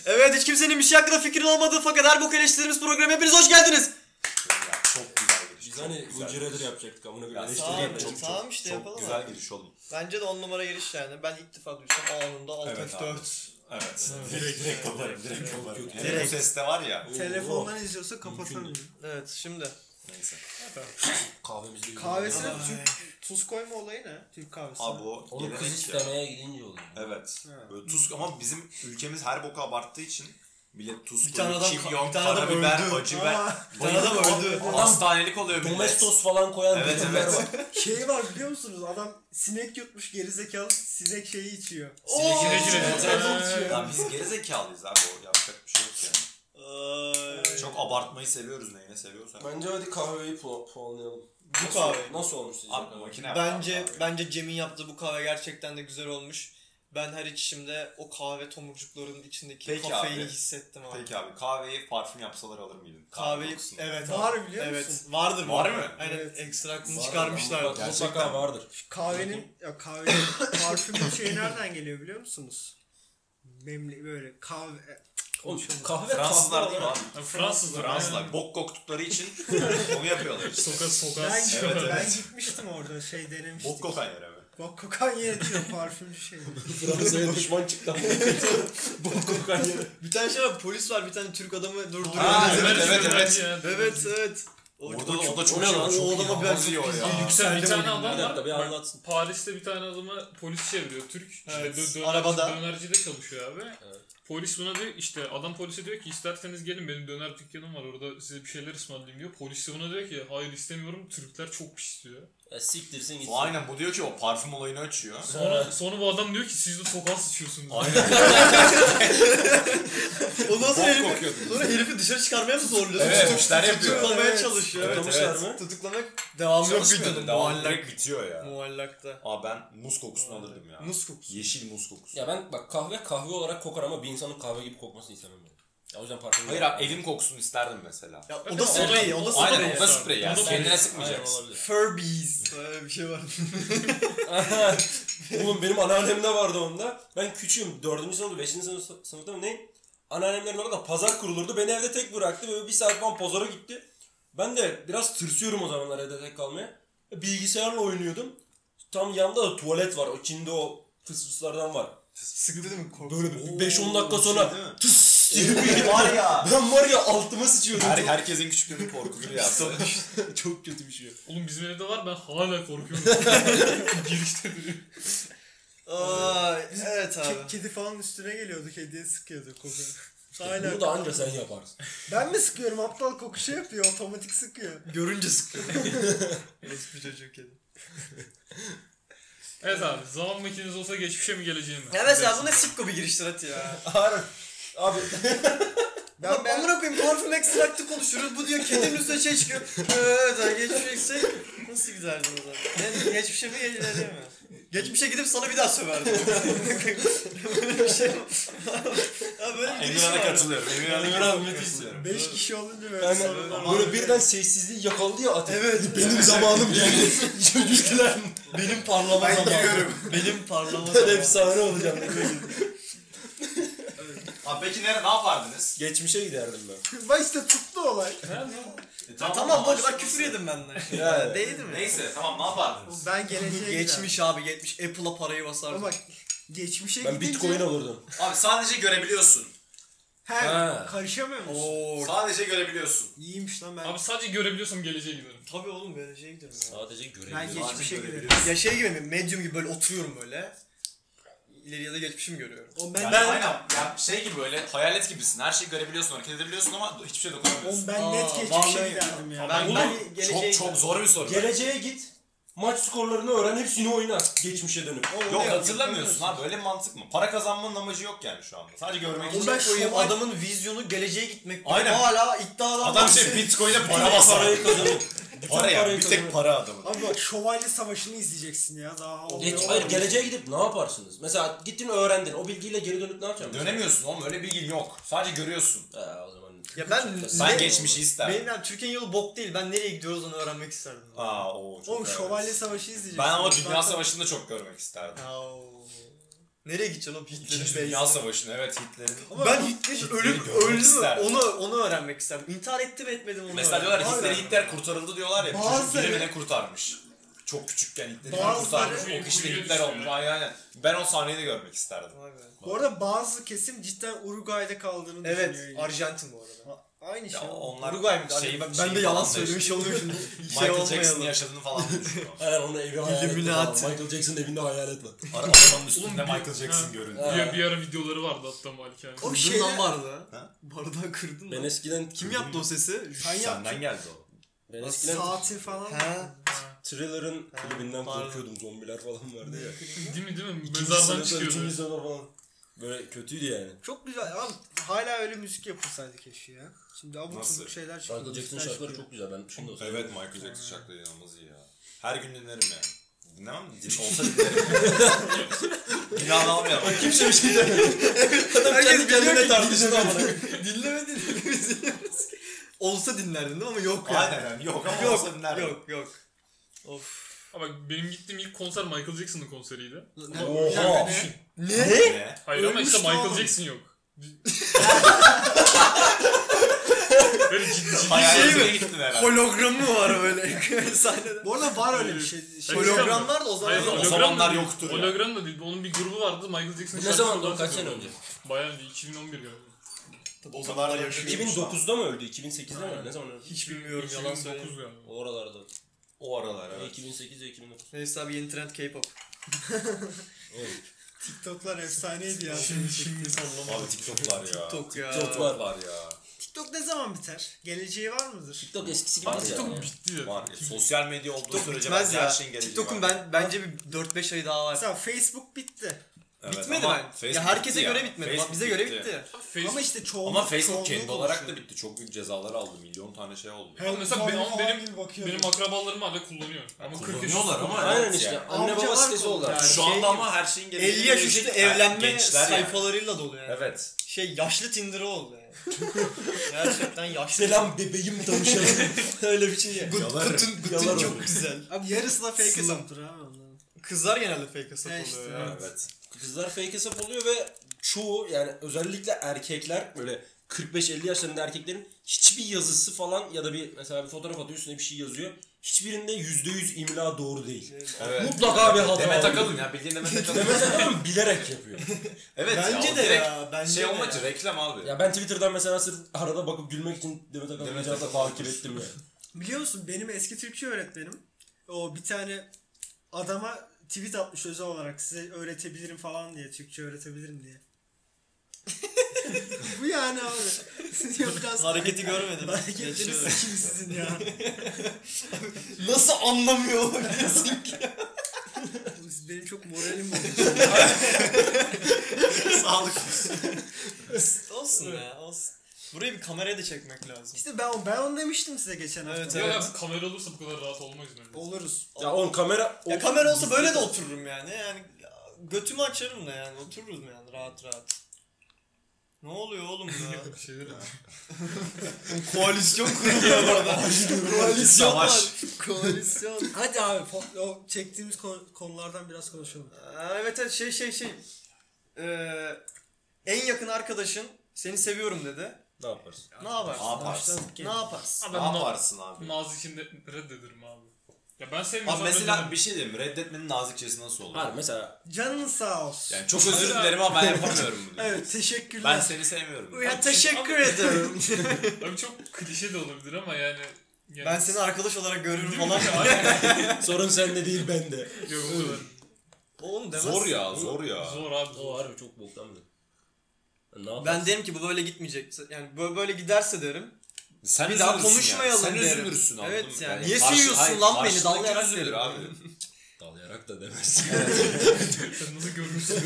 Evet, hiç kimsenin bir şey hakkında fikri olmadığı fakat her bok eleştirdiğimiz programa hepiniz hoş geldiniz. Ya, çok güzel giriş. Biz hani Uciradır yapacaktık amına Ya, koyayım. Tamam, Eleştiri tamam işte çok yapalım güzel abi. giriş oğlum. Bence de 10 numara giriş yani. Ben ilk defa duysam anında Alt Evet F4. abi. Evet. Direkt kaparım. Direkt kaparım. kötü. Hele bu seste var ya. Telefondan izliyorsa kapatamıyor. Evet, şimdi. Neyse. Kahvemizde Kahvesine Ay. tuz koyma olayı ne? Türk kahvesine. Abi o onu kız gelenek ya. istemeye gidince oluyor. Evet. Ha. Böyle tuz ama bizim ülkemiz her boka abarttığı için millet tuz Bir tane koyuyor, adam- kimyon, bir tane adam karabiber, öldü. acı biber. Aa, Bir tane adam öldü. Hastanelik oluyor millet. Domestos falan koyan Evet, dürümler evet. var. Şey var biliyor musunuz? Adam sinek yutmuş gerizekalı sinek şeyi içiyor. Ya biz gerizekalıyız abi, o yapacak bir şey yok yani. Ay. Çok abartmayı seviyoruz, neyine seviyorsak. Bence hadi kahveyi puanlayalım. Bu kahve. Nasıl olmuş sizce? Abi kahve? makine yapar Bence abi. bence Cem'in yaptığı bu kahve gerçekten de güzel olmuş. Ben her içişimde o kahve tomurcuklarının içindeki Peki kafeini abi. hissettim abi. Peki abi, kahveyi parfüm yapsalar alır mıydın? Kahveyi kokusunu. evet Var abi. biliyor evet, musun? vardır bu Var arada. mı? Aynen, Evet. ekstraktını Vardır, çıkarmışlar. mutlaka Gerçekten. vardır. Kahvenin parfümün şeyi nereden geliyor biliyor musunuz? Böyle kahve... Oğlum kahve Fransızlar kahve değil mi olarak- abi? Fransızlar. Fransızlar bok koktukları için onu yapıyorlar. Sokağa Ben, sıçıyorlar. ben gitmiştim orada şey denemiştik. Bok kokan yere mi? Bok kokan yer diyor parfümcü şey. Fransa'ya düşman çıktı. Bok kokan yere. Bir tane şey var, polis var, bir tane Türk adamı durduruyor. Ha, Evet, evet. evet. O da çok ne iyi. lan? Çok O iyi adama ben namaz çok yiyor ya. yükseldim Bir tane o adam günden. Bir var. dakika bir Bak, anlatsın. Paris'te bir tane adamı polis çeviriyor. Türk. Evet, İşte arabada. dönercide çalışıyor abi. Evet. Polis buna diyor işte adam polise diyor ki isterseniz gelin benim döner dükkanım var orada size bir şeyler ısmarlayayım diyor. Polis de buna diyor ki hayır istemiyorum Türkler çok pis diyor. Ya siktirsin gitsin. Aynen, bu diyor ki o parfüm olayını açıyor. Sonra bu adam diyor ki siz de sokağa sıçıyorsunuz. Aynen. Ondan sonra Bok herifi, kokuyordu. sonra herifi dışarı çıkarmaya mı zorluyorsun? Evet, işler yapıyor. Tutuklamaya Evet. çalışıyor. Evet, Tutuklamışlar evet. mı? Tutuklamak devamı yok Çalışmıyordu, videonun. devam Muallak. direkt bitiyor ya. Muallakta. Aa, ben muz kokusunu alırdım ya. Muz kokusu. Yeşil muz kokusu. Ya ben bak kahve olarak kokar ama bir insanın kahve gibi kokmasını istemem ben. Ya o yüzden parfüm. Hayır abi, evin kokusunu isterdim mesela. Ya Evet, o da sprey, o da sprey. Aynen, o da sprey yani. O da Kendine sprey. sıkmayacaksın. olabilir. Furbies. Öyle bir şey var. Oğlum benim anneannemde vardı onda. Ben küçüğüm. 4. sınıfta 5. sınıfta mı neyim? Anneannemlerin orada pazar kurulurdu. Beni evde tek bıraktı. Böyle bir saat falan pazara gitti. Ben de biraz tırsıyorum o zamanlar evde tek kalmaya. Bilgisayarla oynuyordum. Tam yanında da tuvalet var. İçinde o fısfıslardan var. Sıktı değil mi? Korku. Böyle bir 5-10 dakika sonra değil mi? tıs diye bir Var ya. ben var ya altıma sıçıyordum. Herkesin küçüklüğünün korkulu rüyası. Çok kötü bir şey. Oğlum bizim evde var ben hala korkuyorum. Girişte duruyor. Ay, evet abi. Kedi falan üstüne geliyordu, kediye sıkıyordu koku. Hala Bunu da anca sen yaparsın. Ben mi sıkıyorum? Aptal koku şey yapıyor, otomatik sıkıyor. Görünce sıkıyor. Nasıl bir çocuk kedi. Evet abi zaman makineniz olsa geçmişe mi geleceğe mi? Ya mesela bu ne sikko bir giriştir hadi ya. Harbi. Abi Ben amına koyayım parfüm ekstraktı konuşuyoruz. Bu diyor kedinin üstüne şey çıkıyor. Evet abi geçmişe nasıl giderdi o zaman? Ben geçmişe mi geleceğe mi? Geçmişe gidip sana bir daha söverdim. Böyle bir şey mi? Ya böyle bir giriş Emirhan'a var. katılıyorum. Emirhan Emirhan'a müthiş. katılıyorum. 5 kişi olunca böyle yani sorunlar. böyle birden sessizliği yakaladı ya Ateş. Evet. Benim zamanım geldi. Çocuklar. Benim parlama Ben zamanım. giriyorum. Benim parlama Ben zamanım. efsane olacağım. Abi peki ne yapardınız? Geçmişe giderdim ben. Bak işte tuttu olay. Tamam bu kadar küfür yedim benden. Yani. Değdi mi? Neyse, tamam, ne yapardınız? Ben geleceğe giderdim. Geçmiş abi geçmiş. Apple'a parayı basardım. Ama geçmişe Ben gidince... Bitcoin alırdım. Abi sadece görebiliyorsun. He, Ha. karışamıyor musun? Oo. Sadece görebiliyorsun. İyiymiş lan ben. Abi sadece görebiliyorsam geleceğe giderim. Tabii oğlum böyle şeye gidiyorum ya. Sadece Ben görebiliyorum. geçmişe giderim. görebiliyorsun. Ya şey gibi mi? Medium gibi böyle oturuyorum böyle. İleri ya da geçmişimi görüyorum. Oğlum Yani ben, aynen. Yani şey gibi böyle hayalet gibisin. Her şeyi görebiliyorsun, hareket edebiliyorsun ama hiçbir şey dokunamıyorsun. oğlum ben net geçmişe vallahi- giderdim ya. Ben, Oğlum, ben geleceğe çok zor bir soru. Geleceğe git. Maç skorlarını öğren, hepsini oyna. Geçmişe dönüp. Yok, hatırlamıyorsun abi, böyle mantık mı? Para kazanmanın amacı yok yani şu anda. Sadece görmek için. Ben koyayım şoval- adamın vizyonu geleceğe gitmek. Aynen. Hala iddialı Adam şey Bitcoin'e para basar. Parayı kazanıyor. Para ya, parayı bir tek kazanıyor. para adamı. Abi bak şövalye savaşını izleyeceksin ya daha. Hayır geleceğe gidip ne yaparsınız? Mesela gittin öğrendin. O bilgiyle geri dönüp ne yapacaksın? Dönemiyorsun oğlum, öyle bilgin yok. Sadece görüyorsun. O zaman. Ya ben Ben geçmişi isterdim. Benim yani Türkiye'nin yolu bok değil. Ben nereye gidiyoruz onu öğrenmek isterdim. Aa, o çok Oğlum evet. şövalye savaşı izleyeceksin. Ben ama Dünya Zaten- Savaşı'nda çok görmek isterdim. Oo. Nereye gideceksin oğlum Hitler'in İkinci base'ine? Dünya Savaşı'nda evet Hitler'in. Ben Hitler'in Hitler'i ölüp görmek öldü mü? isterdim. Onu öğrenmek isterim. İntihar etti mi etmedi mi onu Mesela diyorlar öğrenmek Hitler kurtarıldı diyorlar ya. Çocuk Bazıları- bilemene kurtarmış. Çok küçükken Hitler'i Bazıları- kurtarmış. O kişi de Hitler olmuş. Aynen. Ben o sahneyi de görmek isterdim. Vay be. Bu arada bazı kesim cidden Uruguay'da kaldığını düşünüyor. Evet, Arjantin bu arada. Aynı şey. Ya onlar Uruguay mıydı? şey- ben şey de yalan falan da söylemiş işte. oluyorum şimdi. Michael Jackson'ın yaşadığını falan düşünüyor. Aynen onun evi hayalet Illuminati. falan. Michael Jackson'ın evinde hayalet var. Arabanın üstünde Michael Jackson göründü. Bir ara videoları vardı hatta Malikane. O Kırdın şeyler- lan bardağı. Ha? Bardağı kırdın Ben lan. eskiden Kim yaptı o sesi? Sen yaptın. Senden geldi o. Ben eskiden Saati falan. Ha. Thriller'ın klibinden pardon. korkuyordum. Zombiler falan vardı ya. Değil mi? İkinci Mezardan sınıfta, çıkıyordu. üçüncü sınıfta falan. Böyle kötüydü yani. Çok güzel abi. Hala öyle müzik yapılsaydı keşke ya. Şimdi abuk Nasıl? sabuk şeyler çıkıyor. Michael Jackson müzikler şarkıları çıkıyor. çok güzel. Ben şimdi olsa. Evet Michael Jackson şarkıları inanılmaz iyi ya. Her gün dinlerim yani. Dinlemem mi? Olsa dinlerim. Günahını almayalım. Kimse bir şey demiyor. Adam kendi kendine tartıştı ama. Dinlemedin hepimiz dinliyoruz ki. Olsa dinlerdin değil mi? Ama yok yani. Aynen yani. Yok ama olsa dinlerim. Yok. Of. Ama bak benim gittiğim ilk konser Michael Jackson'ın konseriydi. Oha. Ne? Ne? Hayır ama Ölmüş işte lan Michael oğlum. Jackson yok. Böyle ciddi Hayalete mi? gittin herhalde. Hologramı mı var böyle sahnede? Bu arada var öyle bir şey. Hologram var da o zaman. Hayır, o hologram zamanlar da değil. yoktur ya. Hologram da değil. Onun bir grubu vardı. Michael Jackson Ne zaman o? Kaç sene önce? Bayağı önce. 2011 galiba. O zamanlar yaşıyor. 2009'da mı öldü? 2008'de mi? Ne zaman öldü? Hiç bilmiyorum yalan 2009 söyleyeyim. galiba. O oralarda. O aralar Ya evet. 2008 ya 2009. Neyse abi yeni trend K-pop. Evet. TikTok'lar efsaneydi ya. Şimdi sallama. Abi TikTok'lar ya. TikTok ya. TikTok'lar ya. TikTok ne zaman biter? Geleceği var mıdır? TikTok eskisi gibi Abi değil TikTok ya. bitti ya. Var. Sosyal medya olduğu TikTok sürece bitmez bence her ya. şeyin geleceği TikTok'un var. bence bir 4-5 ayı daha var. Mesela Facebook bitti. Evet, Bitmedi ama mi? Facebook Ya herkese bitti göre ya. bitmedi. Facebook Bak bize göre bitti. Facebook Ama işte çoğunluk Ama Facebook çoğunluğu kendi olarak da konuşuyor. bitti. Çok büyük cezalar aldı. Milyon tane şey oldu. Hem mesela zombi benim- falan gibi bakıyor. benim akrabalarım hala kullanıyor. Ama 40 yaş Kullanıyorlar ama Aynen evet işte. yani. Anne baba Amcalar sitesi oldu kullanıyor. artık. Şu Şey anda ama her şeyin geleceği 50 yaş üstü gelecek evlenme gençler yani. sayfalarıyla dolu yani. Evet. Şey yaşlı Tinder'ı oldu yani. Gerçekten yaşlı. Selam bebeğim tanışalım. Öyle bir şey ya. Yalarım. Gutun Yalarım. çok güzel. Abi yarısı da fake Sıla. hesaptır abi onların. Kızlar genelde fake hesap Ya oluyor işte, ya. Evet. Kızlar fake hesap oluyor ve çoğu yani özellikle erkekler böyle 45-50 yaşlarında erkeklerin hiçbir yazısı falan ya da bir mesela bir fotoğraf atıyor üstüne bir şey yazıyor. Hiçbirinde %100 imla doğru değil. Evet. Mutlaka bir hata Demet var. Akalın ya. Bildiğin Demet Akalın. Demet Akalın bilerek yapıyor. Evet Bence ya, o de direkt ya. Bence şey de olmak ya. için reklam abi. Ya ben Twitter'dan mesela sırf arada bakıp gülmek için Demet Akalın'ı Demet Demet Akalın takip ettim ya. Biliyor musun benim eski Türkçe öğretmenim o bir tane adama tweet atmış özel olarak size öğretebilirim falan diye Türkçe öğretebilirim diye. Bu yani abi. Yok aslında. Hareketi görmedim. Hareketleriniz Geçiyorum. kim sizin ya? Nasıl anlamıyor olabilirsin ki? Benim çok moralim bozuldu. Sağlık olsun ya olsun. Burayı bir kameraya da çekmek lazım. İşte ben onu demiştim size geçen hafta. Evet, Ya evet. abi kamera olursa bu kadar rahat olmayız bence. Oluruz. Ya on kamera... Ya kamera olsa böyle de otururum yani. Yani götümü açarım da yani otururuz yani rahat rahat. Ne oluyor oğlum ya? Bir şeyler Koalisyon kuruluyor orada. Koalisyon var. Savaş. Koalisyon. Hadi abi o çektiğimiz konulardan biraz konuşalım. Evet evet şey. En yakın arkadaşın seni seviyorum dedi. Ne yaparsın? Ne yaparsın? Ne yaparsın? Başladık Ne gene. yaparsın? Abi Ne ben yaparsın abi? Nazik için de reddederim abi. Ya ben Abi sevmiyorsam mesela reddederim. bir şey diyeyim mi? Reddetmenin nazikçesi nasıl olur? Hayır mesela Canın sağ olsun. Yani çok özür dilerim ama ben yapamıyorum bunu. Evet teşekkürler. Ben seni sevmiyorum. Ya teşekkür ederim. Abi çok klişe de olabilir ama yani Ben seni arkadaş olarak görürüm Değil mi? falan. Aynen. sorun sende değil bende. Yok o kadar. Oğlum demez. Zor ya, zor ya. Zor abi O zor. harbi çok boktan bir. Ne yaparsın? Ben derim ki bu böyle gitmeyecek. Yani böyle giderse derim. Sen Bir daha üzülürsün konuşmayalım yani. Sen derim. üzülürsün anladın Evet mı? yani. Niye seviyorsun lan beni? Dallayarak Dallayarak üzülür derim. abi. Dalayarak da demezsin. Sen nasıl görmüşsün?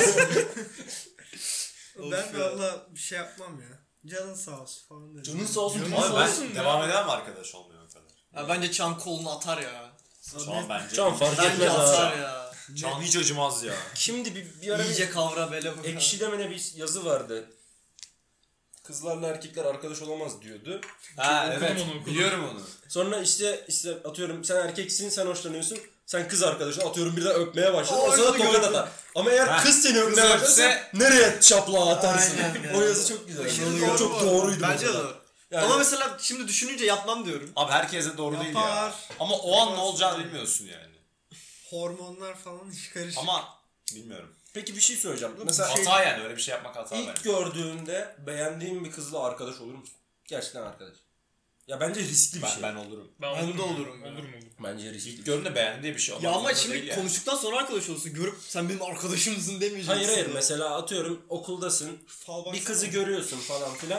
Ben valla bir şey yapmam ya. Canın sağ olsun falan dedim. Canın sağ olsun. Canın canın sağ sağ Abi olsun. ben devam edemem arkadaş olmaya o kadar. Ya bence Çan kolunu atar ya. Şu an bence. Can fark Bence etmez atar ha. ya. Can hiç acımaz ya. Şimdi bir ara İyice kavra bele bu. Ekşi'de mi ne bir yazı vardı. Kızlarla erkekler arkadaş olamaz diyordu. Ha Okudum evet. onu, okudum. Biliyorum onu. Sonra işte atıyorum sen erkeksin sen hoşlanıyorsun. Sen kız arkadaşını atıyorum birden öpmeye başladın. Oo, O sana şunu tokat gördüm. atar. Ama eğer Ha, kız seni öpmeye kız başlarsa öpse- nereye şaplığa atarsın? Aynen. O yazı çok güzel. Aşırı O çok doğru. doğruydu. Bence de mesela. doğru. Yani- Ama mesela şimdi düşününce yapmam diyorum. Abi herkese doğru değil ya. Yapar. Ama o an ne olacağını bilmiyorsun yani. Hormonlar falan hiç karışık. Ama bilmiyorum. Peki bir şey söyleyeceğim. Mesela Hata yani, öyle bir şey yapmak hata ilk bence. gördüğünde beğendiğin bir kızla arkadaş olur musun? Gerçekten arkadaş. Ya bence riskli bir şey. Ben olurum. Ben de olurum ya. Olurum. Bence riskli. İlk gördüğünde beğendiği bir şey. Ya ama olmak zorunda şimdi değil yani. konuştuktan sonra arkadaş olursun. Görüp sen benim arkadaşımsın demeyeceksin. Hayır ya. mesela atıyorum okuldasın. Fal Bir baksana. kızı görüyorsun falan filan.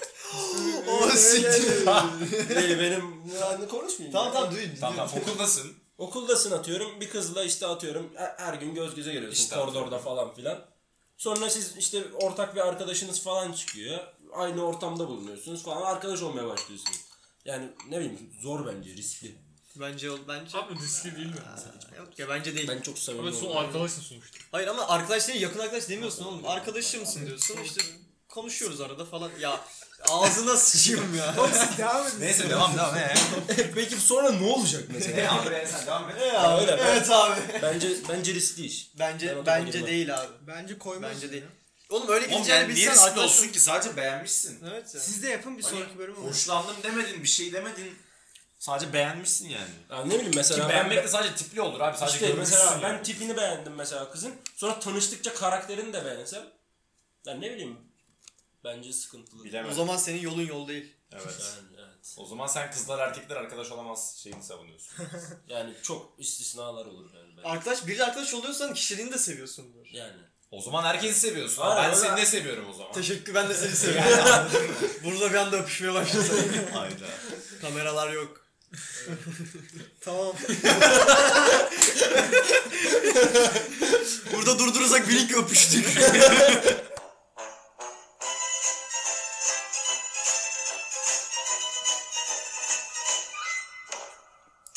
O siktir. Benim yani konuşmayayım. Tamam ya. tamam duyun. Tamam okuldasın. Okuldasın atıyorum. Bir kızla işte atıyorum her gün göz göze geliyorsun İşte koridorda atıyorum. falan filan. Sonra siz işte ortak bir arkadaşınız falan çıkıyor. Aynı ortamda bulunuyorsunuz falan. Arkadaş olmaya başlıyorsunuz. Yani ne bileyim zor bence riskli. Bence. Abi riskli değil mi? Yok ya bence değil. Ben çok samimi Evet son oluyorum. arkadaşsın sonuçta. Hayır ama arkadaş değil, yakın arkadaş demiyorsun oğlum. Arkadaşımsın diyorsun işte konuşuyoruz arada falan. Ya ağzına sıçayım ya. Devam edin. Neyse devam. Peki sonra ne olacak mesela? Abi sen devam et. Ya, öyle. Evet abi. bence riskli iş. Ben Bence o topa bence girmem. değil abi. Bence koymaz. Bence değil. Oğlum öyle Oğlum gideceğini yani niye bilsen riskli arkadaş olsun ki? Sadece beğenmişsin. Evet ya. Siz de yapın bir sonraki bölüm olur. Hoşlandım demedin, bir şey demedin. Sadece beğenmişsin yani. Yani ne bileyim mesela Ki beğenmek de sadece tipli olur abi. Sadece İşte görmüşsün mesela yani. ben tipini beğendim mesela kızın. Sonra tanıştıkça karakterini de beğensem. Yani ne bileyim. Bence sıkıntılı. Bilemem. O zaman senin yolun yol değil. Evet. Yani, evet. O zaman sen kızlar erkekler arkadaş olamaz şeyini savunuyorsun. Yani çok istisnalar olur yani. bence. Biriyle arkadaş oluyorsan kişiliğini de seviyorsundur. Yani. O zaman herkesi seviyorsun. Aynen, Ben öyle. seni de seviyorum o zaman. Teşekkür, ben de seni seviyorum. Burada bir anda öpüşmeye başlasak. Hayda. Kameralar yok. Tamam. Burada durdurursak bilin ki öpüştük.